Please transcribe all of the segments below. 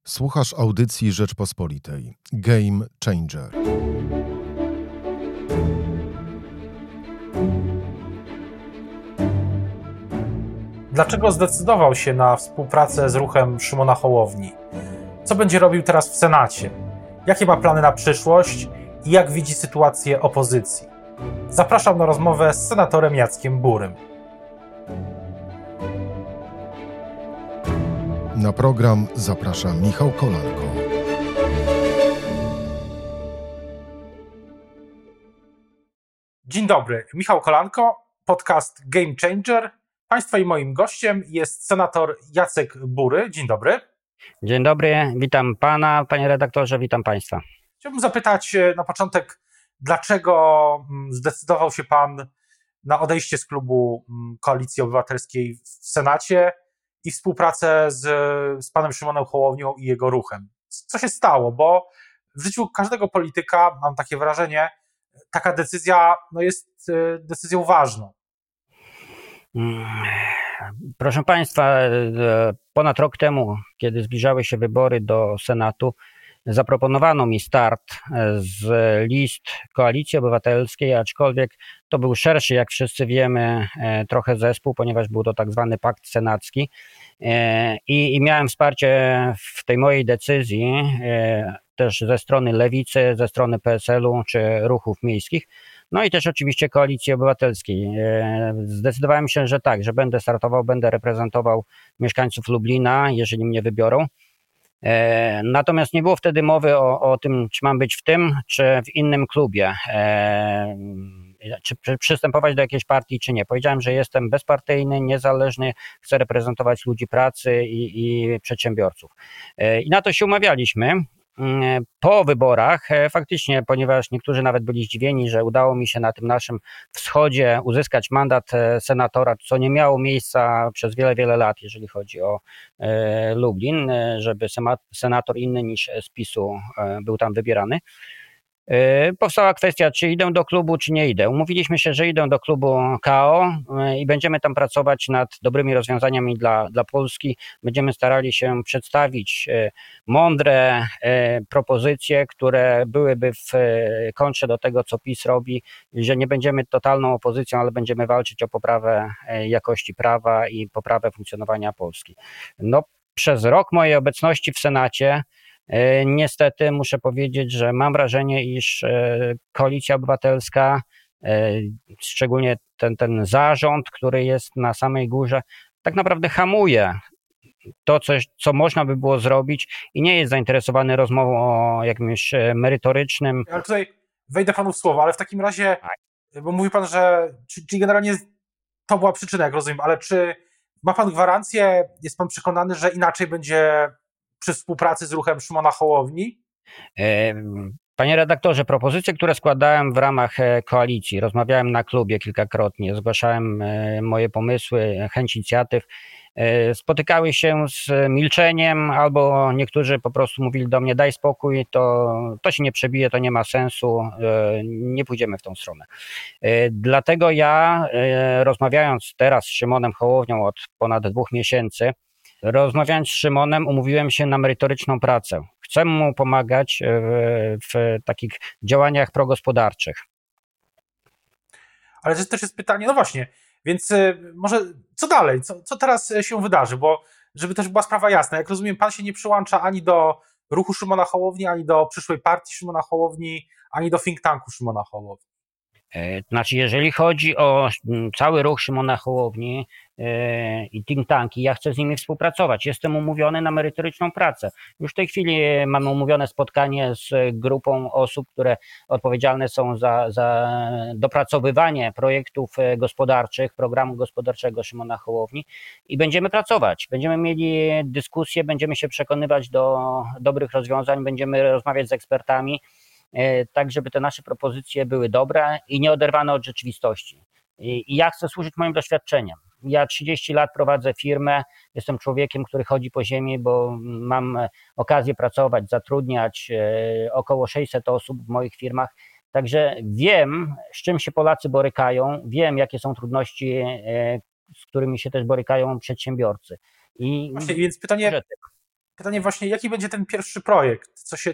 Słuchasz audycji Rzeczpospolitej. Game Changer. Dlaczego zdecydował się na współpracę z ruchem Szymona Hołowni? Co będzie robił teraz w Senacie? Jakie ma plany na przyszłość i jak widzi sytuację opozycji? Zapraszam na rozmowę z senatorem Jackiem Burym. Na program zaprasza Michał Kolanko. Dzień dobry, Michał Kolanko, podcast Game Changer. Państwa i moim gościem jest senator Jacek Bury. Dzień dobry. Dzień dobry, witam pana, panie redaktorze, witam państwa. Chciałbym zapytać na początek, dlaczego zdecydował się pan na odejście z klubu Koalicji Obywatelskiej w Senacie i współpracę z panem Szymonem Hołownią i jego ruchem? Co się stało? Bo w życiu każdego polityka, mam takie wrażenie, taka decyzja jest decyzją ważną. Proszę państwa, ponad rok temu, kiedy zbliżały się wybory do Senatu, zaproponowano mi start z list Koalicji Obywatelskiej, aczkolwiek to był szerszy, jak wszyscy wiemy, trochę zespół, ponieważ był to tak zwany pakt senacki i miałem wsparcie w tej mojej decyzji też ze strony Lewicy, ze strony PSL-u czy ruchów miejskich, no i też oczywiście Koalicji Obywatelskiej. Zdecydowałem się, że tak, że będę startował, będę reprezentował mieszkańców Lublina, jeżeli mnie wybiorą. Natomiast nie było wtedy mowy o tym, czy mam być w tym, czy w innym klubie, czy przystępować do jakiejś partii, czy nie. Powiedziałem, że jestem bezpartyjny, niezależny, chcę reprezentować ludzi pracy i przedsiębiorców. I na to się umawialiśmy. Po wyborach faktycznie, ponieważ niektórzy nawet byli zdziwieni, że udało mi się na tym naszym wschodzie uzyskać mandat senatora, co nie miało miejsca przez wiele, wiele lat, jeżeli chodzi o Lublin, żeby senator inny niż z PiS-u był tam wybierany. Powstała kwestia, czy idę do klubu, czy nie idę. Umówiliśmy się, że idę do klubu KO i będziemy tam pracować nad dobrymi rozwiązaniami dla Polski. Będziemy starali się przedstawić mądre propozycje, które byłyby w kontrze do tego, co PiS robi, że nie będziemy totalną opozycją, ale będziemy walczyć o poprawę jakości prawa i poprawę funkcjonowania Polski. Przez rok mojej obecności w Senacie niestety muszę powiedzieć, że mam wrażenie, iż Koalicja Obywatelska, szczególnie ten zarząd, który jest na samej górze, tak naprawdę hamuje to, co można by było zrobić i nie jest zainteresowany rozmową o jakimś merytorycznym. Ale tutaj wejdę panu w słowo, ale w takim razie, bo mówi pan, że czyli generalnie to była przyczyna, jak rozumiem, ale czy ma pan gwarancję, jest pan przekonany, że inaczej będzie przy współpracy z ruchem Szymona Hołowni? Panie redaktorze, propozycje, które składałem w ramach koalicji, rozmawiałem na klubie kilkakrotnie, zgłaszałem moje pomysły, chęć inicjatyw, spotykały się z milczeniem, albo niektórzy po prostu mówili do mnie: daj spokój, to się nie przebije, to nie ma sensu, nie pójdziemy w tą stronę. Dlatego ja, rozmawiając teraz z Szymonem Hołownią od ponad 2 miesięcy, rozmawiając z Szymonem, umówiłem się na merytoryczną pracę. Chcę mu pomagać w takich działaniach progospodarczych. Ale to też jest pytanie, no właśnie, więc może co dalej? Co teraz się wydarzy? Bo żeby też była sprawa jasna, jak rozumiem, pan się nie przyłącza ani do ruchu Szymona Hołowni, ani do przyszłej partii Szymona Hołowni, ani do think tanku Szymona Hołowni. Znaczy, jeżeli chodzi o cały ruch Szymona Hołowni i think tanki, ja chcę z nimi współpracować. Jestem umówiony na merytoryczną pracę. Już w tej chwili mamy umówione spotkanie z grupą osób, które odpowiedzialne są za dopracowywanie projektów gospodarczych, programu gospodarczego Szymona Hołowni i będziemy pracować. Będziemy mieli dyskusje, będziemy się przekonywać do dobrych rozwiązań, będziemy rozmawiać z ekspertami, tak żeby te nasze propozycje były dobre i nieoderwane od rzeczywistości. I ja chcę służyć moim doświadczeniem. Ja 30 lat prowadzę firmę, jestem człowiekiem, który chodzi po ziemi, bo mam okazję pracować, zatrudniać około 600 osób w moich firmach. Także wiem, z czym się Polacy borykają, wiem, jakie są trudności, z którymi się też borykają przedsiębiorcy. Właśnie, więc pytanie, Pytanie właśnie, jaki będzie ten pierwszy projekt?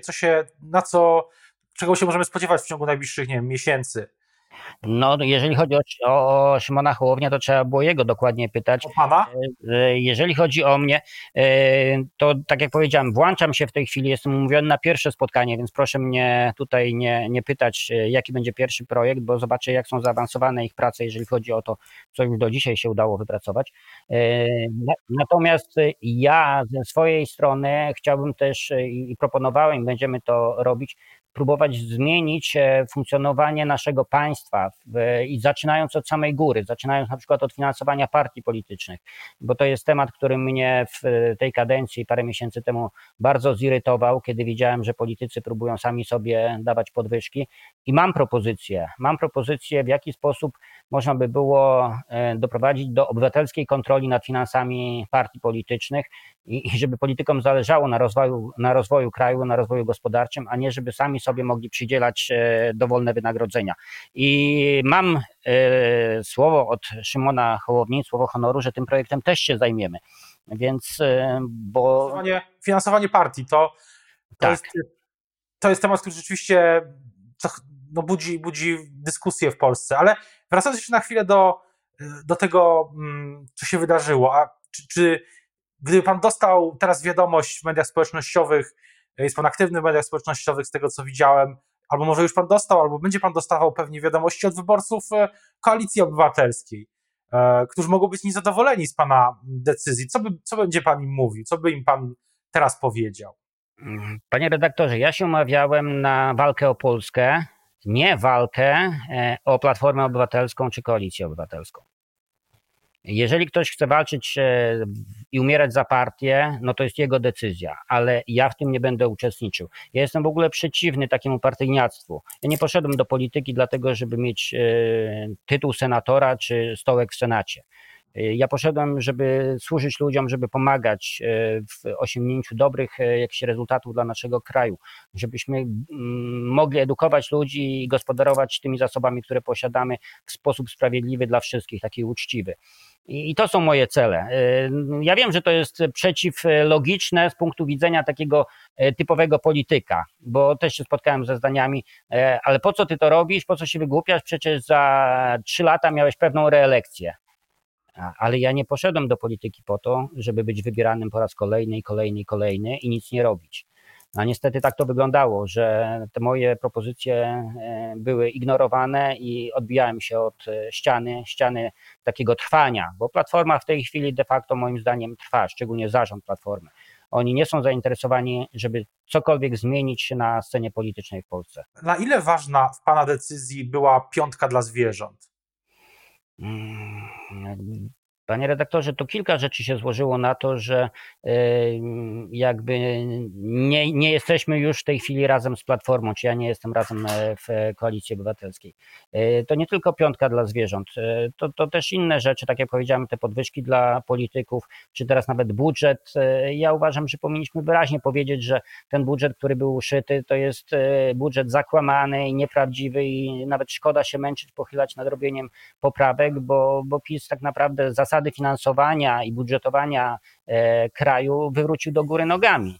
Czego się możemy spodziewać w ciągu najbliższych, nie wiem, miesięcy? No, jeżeli chodzi o Szymona Hołownię, to trzeba było jego dokładnie pytać. O pana? Jeżeli chodzi o mnie, to tak jak powiedziałem, włączam się w tej chwili, jestem umówiony na pierwsze spotkanie, więc proszę mnie tutaj nie pytać, jaki będzie pierwszy projekt, bo zobaczę, jak są zaawansowane ich prace, jeżeli chodzi o to, co już do dzisiaj się udało wypracować. Natomiast ja ze swojej strony chciałbym też i proponowałem, będziemy to robić, próbować zmienić funkcjonowanie naszego państwa i zaczynając od samej góry, zaczynając na przykład od finansowania partii politycznych, bo to jest temat, który mnie w tej kadencji parę miesięcy temu bardzo zirytował, kiedy widziałem, że politycy próbują sami sobie dawać podwyżki i mam propozycję, w jaki sposób można by było doprowadzić do obywatelskiej kontroli nad finansami partii politycznych i żeby politykom zależało na rozwoju kraju, na rozwoju gospodarczym, a nie żeby sami sobie mogli przydzielać dowolne wynagrodzenia. I mam słowo od Szymona Hołowni, słowo honoru, że tym projektem też się zajmiemy. Więc Finansowanie partii Tak. to jest temat, który rzeczywiście budzi dyskusję w Polsce. Ale wracając jeszcze na chwilę do tego, co się wydarzyło, czy gdyby pan dostał teraz wiadomość w mediach społecznościowych, jest pan aktywny w mediach społecznościowych z tego, co widziałem, albo może już pan dostał, albo będzie pan dostawał pewnie wiadomości od wyborców Koalicji Obywatelskiej, którzy mogą być niezadowoleni z pana decyzji. Co będzie pan im mówił? Co by im pan teraz powiedział? Panie redaktorze, ja się umawiałem na walkę o Polskę, nie walkę o Platformę Obywatelską czy Koalicję Obywatelską. Jeżeli ktoś chce walczyć i umierać za partię, no to jest jego decyzja, ale ja w tym nie będę uczestniczył. Ja jestem w ogóle przeciwny takiemu partyjniactwu. Ja nie poszedłem do polityki dlatego, żeby mieć tytuł senatora czy stołek w Senacie. Ja poszedłem, żeby służyć ludziom, żeby pomagać w osiągnięciu dobrych jakichś rezultatów dla naszego kraju, żebyśmy mogli edukować ludzi i gospodarować tymi zasobami, które posiadamy w sposób sprawiedliwy dla wszystkich, taki uczciwy. I to są moje cele. Ja wiem, że to jest przeciwlogiczne z punktu widzenia takiego typowego polityka, bo też się spotkałem ze zdaniami, ale po co ty to robisz, po co się wygłupiasz, przecież za 3 lata miałeś pewną reelekcję. Ale ja nie poszedłem do polityki po to, żeby być wybieranym po raz kolejny i nic nie robić. A niestety tak to wyglądało, że te moje propozycje były ignorowane i odbijałem się od ściany takiego trwania, bo Platforma w tej chwili de facto moim zdaniem trwa, szczególnie zarząd Platformy. Oni nie są zainteresowani, żeby cokolwiek zmienić się na scenie politycznej w Polsce. Na ile ważna w pana decyzji była piątka dla zwierząt? Panie redaktorze, to kilka rzeczy się złożyło na to, że jakby nie jesteśmy już w tej chwili razem z Platformą, czy ja nie jestem razem w Koalicji Obywatelskiej. To nie tylko piątka dla zwierząt, to też inne rzeczy, tak jak powiedziałem, te podwyżki dla polityków, czy teraz nawet budżet. Ja uważam, że powinniśmy wyraźnie powiedzieć, że ten budżet, który był uszyty, to jest budżet zakłamany i nieprawdziwy i nawet szkoda się męczyć, pochylać nad robieniem poprawek, bo PiS tak naprawdę zasady finansowania i budżetowania kraju wywrócił do góry nogami.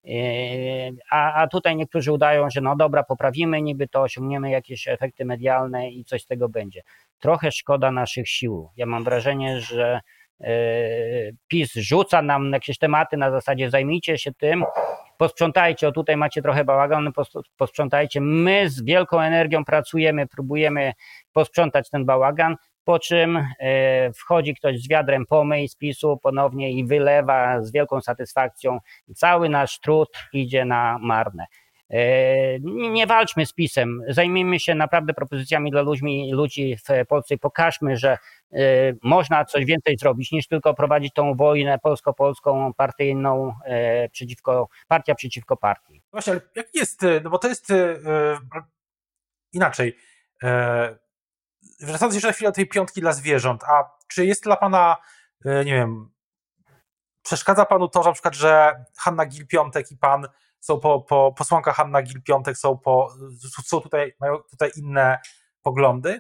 A tutaj niektórzy udają, że no dobra, poprawimy niby to, osiągniemy jakieś efekty medialne i coś z tego będzie. Trochę szkoda naszych sił. Ja mam wrażenie, że PiS rzuca nam jakieś tematy na zasadzie zajmijcie się tym, posprzątajcie, o tutaj macie trochę bałaganu, posprzątajcie. My z wielką energią pracujemy, próbujemy posprzątać ten bałagan, po czym wchodzi ktoś z wiadrem pomyj z PiS-u ponownie i wylewa z wielką satysfakcją. Cały nasz trud idzie na marne. Nie walczmy z PiS-em, zajmijmy się naprawdę propozycjami dla ludzi w Polsce i pokażmy, że można coś więcej zrobić niż tylko prowadzić tą wojnę polsko-polską, partyjną, partia przeciwko partii. Właśnie, ale jak jest, no bo to jest inaczej. Wracając jeszcze na chwilę do tej piątki dla zwierząt, a czy jest dla pana, nie wiem, przeszkadza panu to, że na przykład, że Hanna Gill-Piątek i pan są posłanka Hanna Gill-Piątek mają tutaj inne poglądy?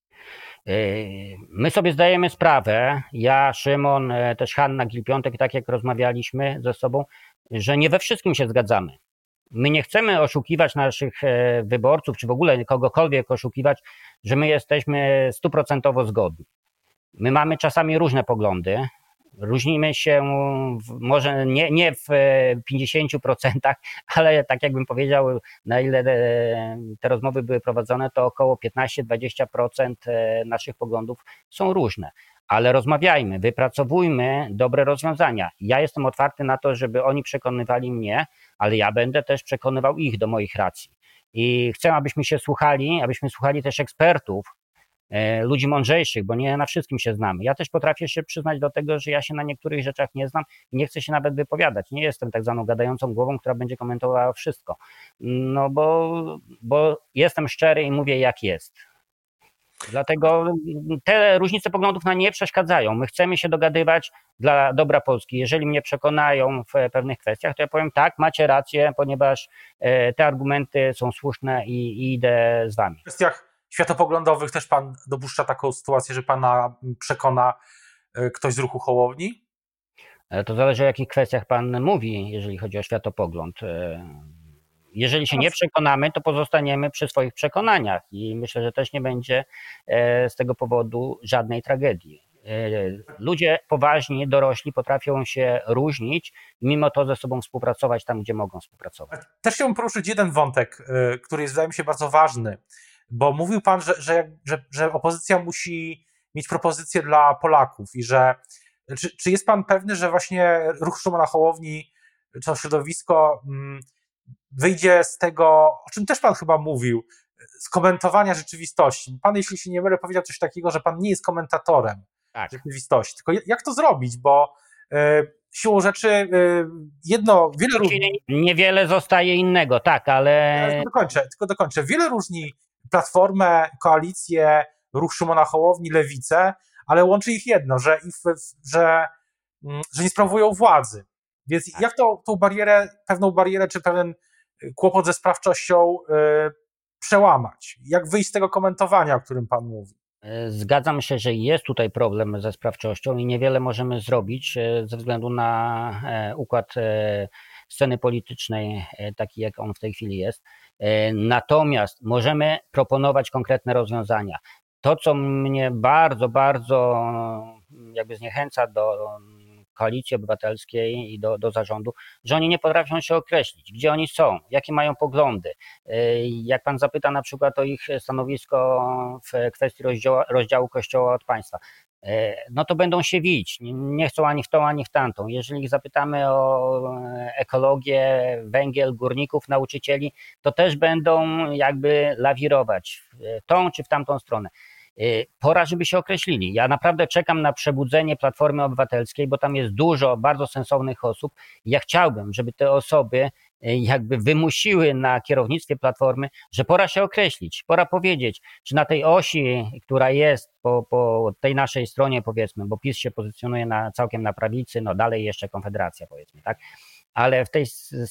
My sobie zdajemy sprawę, ja, Szymon, też Hanna Gill-Piątek, tak jak rozmawialiśmy ze sobą, że nie we wszystkim się zgadzamy. My nie chcemy oszukiwać naszych wyborców, czy w ogóle kogokolwiek oszukiwać, że my jesteśmy 100% zgodni. My mamy czasami różne poglądy, różnimy się może nie w 50%, ale tak jakbym powiedział, na ile te rozmowy były prowadzone, to około 15-20% naszych poglądów są różne. Ale rozmawiajmy, wypracowujmy dobre rozwiązania. Ja jestem otwarty na to, żeby oni przekonywali mnie, ale ja będę też przekonywał ich do moich racji. I chcę, abyśmy słuchali też ekspertów, ludzi mądrzejszych, bo nie na wszystkim się znamy. Ja też potrafię się przyznać do tego, że ja się na niektórych rzeczach nie znam i nie chcę się nawet wypowiadać. Nie jestem tak zwaną gadającą głową, która będzie komentowała wszystko. No bo jestem szczery i mówię jak jest. Dlatego te różnice poglądów nam nie przeszkadzają. My chcemy się dogadywać dla dobra Polski. Jeżeli mnie przekonają w pewnych kwestiach, to ja powiem tak, macie rację, ponieważ te argumenty są słuszne i idę z wami. W kwestiach światopoglądowych też pan dopuszcza taką sytuację, że pana przekona ktoś z ruchu Hołowni? To zależy, o jakich kwestiach pan mówi, jeżeli chodzi o światopogląd. Jeżeli się nie przekonamy, to pozostaniemy przy swoich przekonaniach i myślę, że też nie będzie z tego powodu żadnej tragedii. Ludzie poważni, dorośli potrafią się różnić, mimo to ze sobą współpracować tam, gdzie mogą współpracować. Też chciałbym poruszyć jeden wątek, który jest, wydaje mi się, bardzo ważny, bo mówił pan, że opozycja musi mieć propozycje dla Polaków i że czy jest pan pewny, że właśnie ruch Szymona Hołowni, czy to środowisko wyjdzie z tego, o czym też pan chyba mówił, z komentowania rzeczywistości. Pan, jeśli się nie mylę, powiedział coś takiego, że pan nie jest komentatorem rzeczywistości. Tylko jak to zrobić, bo siłą rzeczy wiele różni... Niewiele zostaje innego, tak, ale... Ja tylko dokończę. Wiele różni Platformę, Koalicję, ruch Szymona Hołowni, Lewicę, ale łączy ich jedno, że nie sprawują władzy. Więc jak pewną barierę, czy pewien kłopot ze sprawczością przełamać? Jak wyjść z tego komentowania, o którym pan mówi? Zgadzam się, że jest tutaj problem ze sprawczością i niewiele możemy zrobić ze względu na układ sceny politycznej, taki jak on w tej chwili jest. Natomiast możemy proponować konkretne rozwiązania. To, co mnie bardzo, bardzo jakby zniechęca do Koalicji Obywatelskiej i do zarządu, że oni nie potrafią się określić, gdzie oni są, jakie mają poglądy. Jak pan zapyta na przykład o ich stanowisko w kwestii rozdziału Kościoła od państwa, no to będą się wić, nie chcą ani w tą, ani w tamtą. Jeżeli ich zapytamy o ekologię, węgiel, górników, nauczycieli, to też będą jakby lawirować w tą czy w tamtą stronę. Pora, żeby się określili. Ja naprawdę czekam na przebudzenie Platformy Obywatelskiej, bo tam jest dużo bardzo sensownych osób. Ja chciałbym, żeby te osoby jakby wymusiły na kierownictwie Platformy, że pora się określić, pora powiedzieć, czy na tej osi, która jest po tej naszej stronie, powiedzmy, bo PiS się pozycjonuje całkiem na prawicy, no dalej jeszcze Konfederacja, powiedzmy, tak? Ale w tej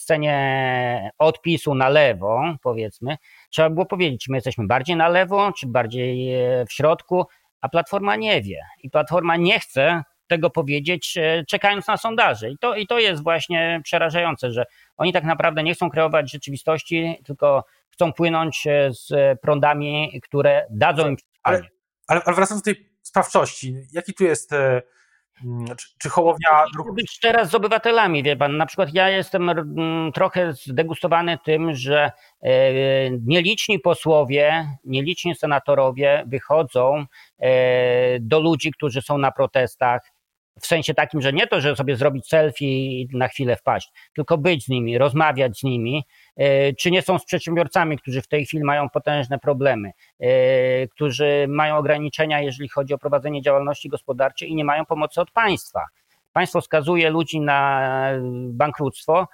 scenie od PiS-u na lewo, powiedzmy, trzeba było powiedzieć, czy my jesteśmy bardziej na lewo, czy bardziej w środku, a Platforma nie wie. I Platforma nie chce tego powiedzieć, czekając na sondaże. I to jest właśnie przerażające, że oni tak naprawdę nie chcą kreować rzeczywistości, tylko chcą płynąć z prądami, które dadzą im przetrwanie. Ale wracając do tej sprawczości, jaki tu jest... Czy Hołownia... Być teraz z obywatelami, wie pan, na przykład ja jestem trochę zdegustowany tym, że nieliczni posłowie, nieliczni senatorowie wychodzą do ludzi, którzy są na protestach, w sensie takim, że nie to, że sobie zrobić selfie i na chwilę wpaść, tylko być z nimi, rozmawiać z nimi, czy nie są z przedsiębiorcami, którzy w tej chwili mają potężne problemy, którzy mają ograniczenia, jeżeli chodzi o prowadzenie działalności gospodarczej i nie mają pomocy od państwa. Państwo skazuje ludzi na bankructwo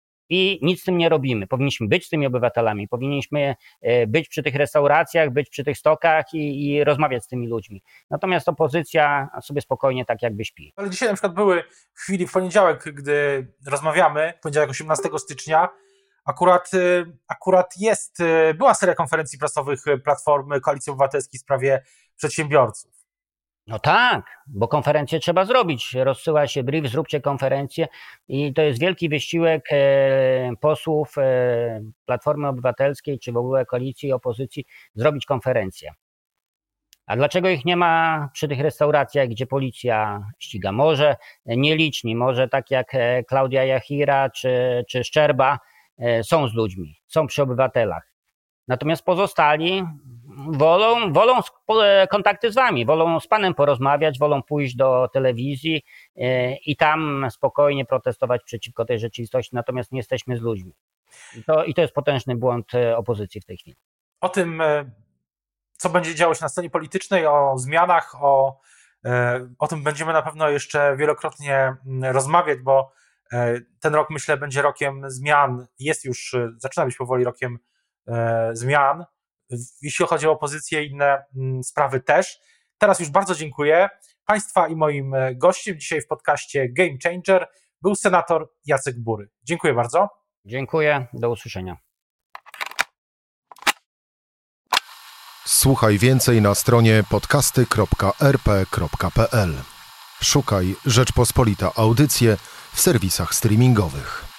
i nic z tym nie robimy. Powinniśmy być z tymi obywatelami, powinniśmy być przy tych restauracjach, być przy tych stokach i rozmawiać z tymi ludźmi. Natomiast opozycja sobie spokojnie tak jakby śpi. Ale dzisiaj na przykład były chwili w poniedziałek, gdy rozmawiamy, poniedziałek 18 stycznia, akurat była seria konferencji prasowych Platformy, Koalicji Obywatelskiej w sprawie przedsiębiorców. No tak, bo konferencję trzeba zrobić. Rozsyła się brief, zróbcie konferencję i to jest wielki wysiłek posłów Platformy Obywatelskiej czy w ogóle koalicji i opozycji zrobić konferencję. A dlaczego ich nie ma przy tych restauracjach, gdzie policja ściga? Może nieliczni, może tak jak Klaudia Jachira czy Szczerba są z ludźmi, są przy obywatelach. Natomiast pozostali wolą kontakty z wami, wolą z panem porozmawiać, wolą pójść do telewizji i tam spokojnie protestować przeciwko tej rzeczywistości, natomiast nie jesteśmy z ludźmi. I to jest potężny błąd opozycji w tej chwili. O tym, co będzie działo się na scenie politycznej, o zmianach, o tym będziemy na pewno jeszcze wielokrotnie rozmawiać, bo ten rok, myślę, będzie rokiem zmian, zaczyna być powoli rokiem zmian, jeśli chodzi o opozycję i inne sprawy też. Teraz już bardzo dziękuję Państwa i moim gościem dzisiaj w podcaście Game Changer był senator Jacek Bury. Dziękuję bardzo. Dziękuję, do usłyszenia. Słuchaj więcej na stronie podcasty.rp.pl. Szukaj Rzeczpospolita Audycje w serwisach streamingowych.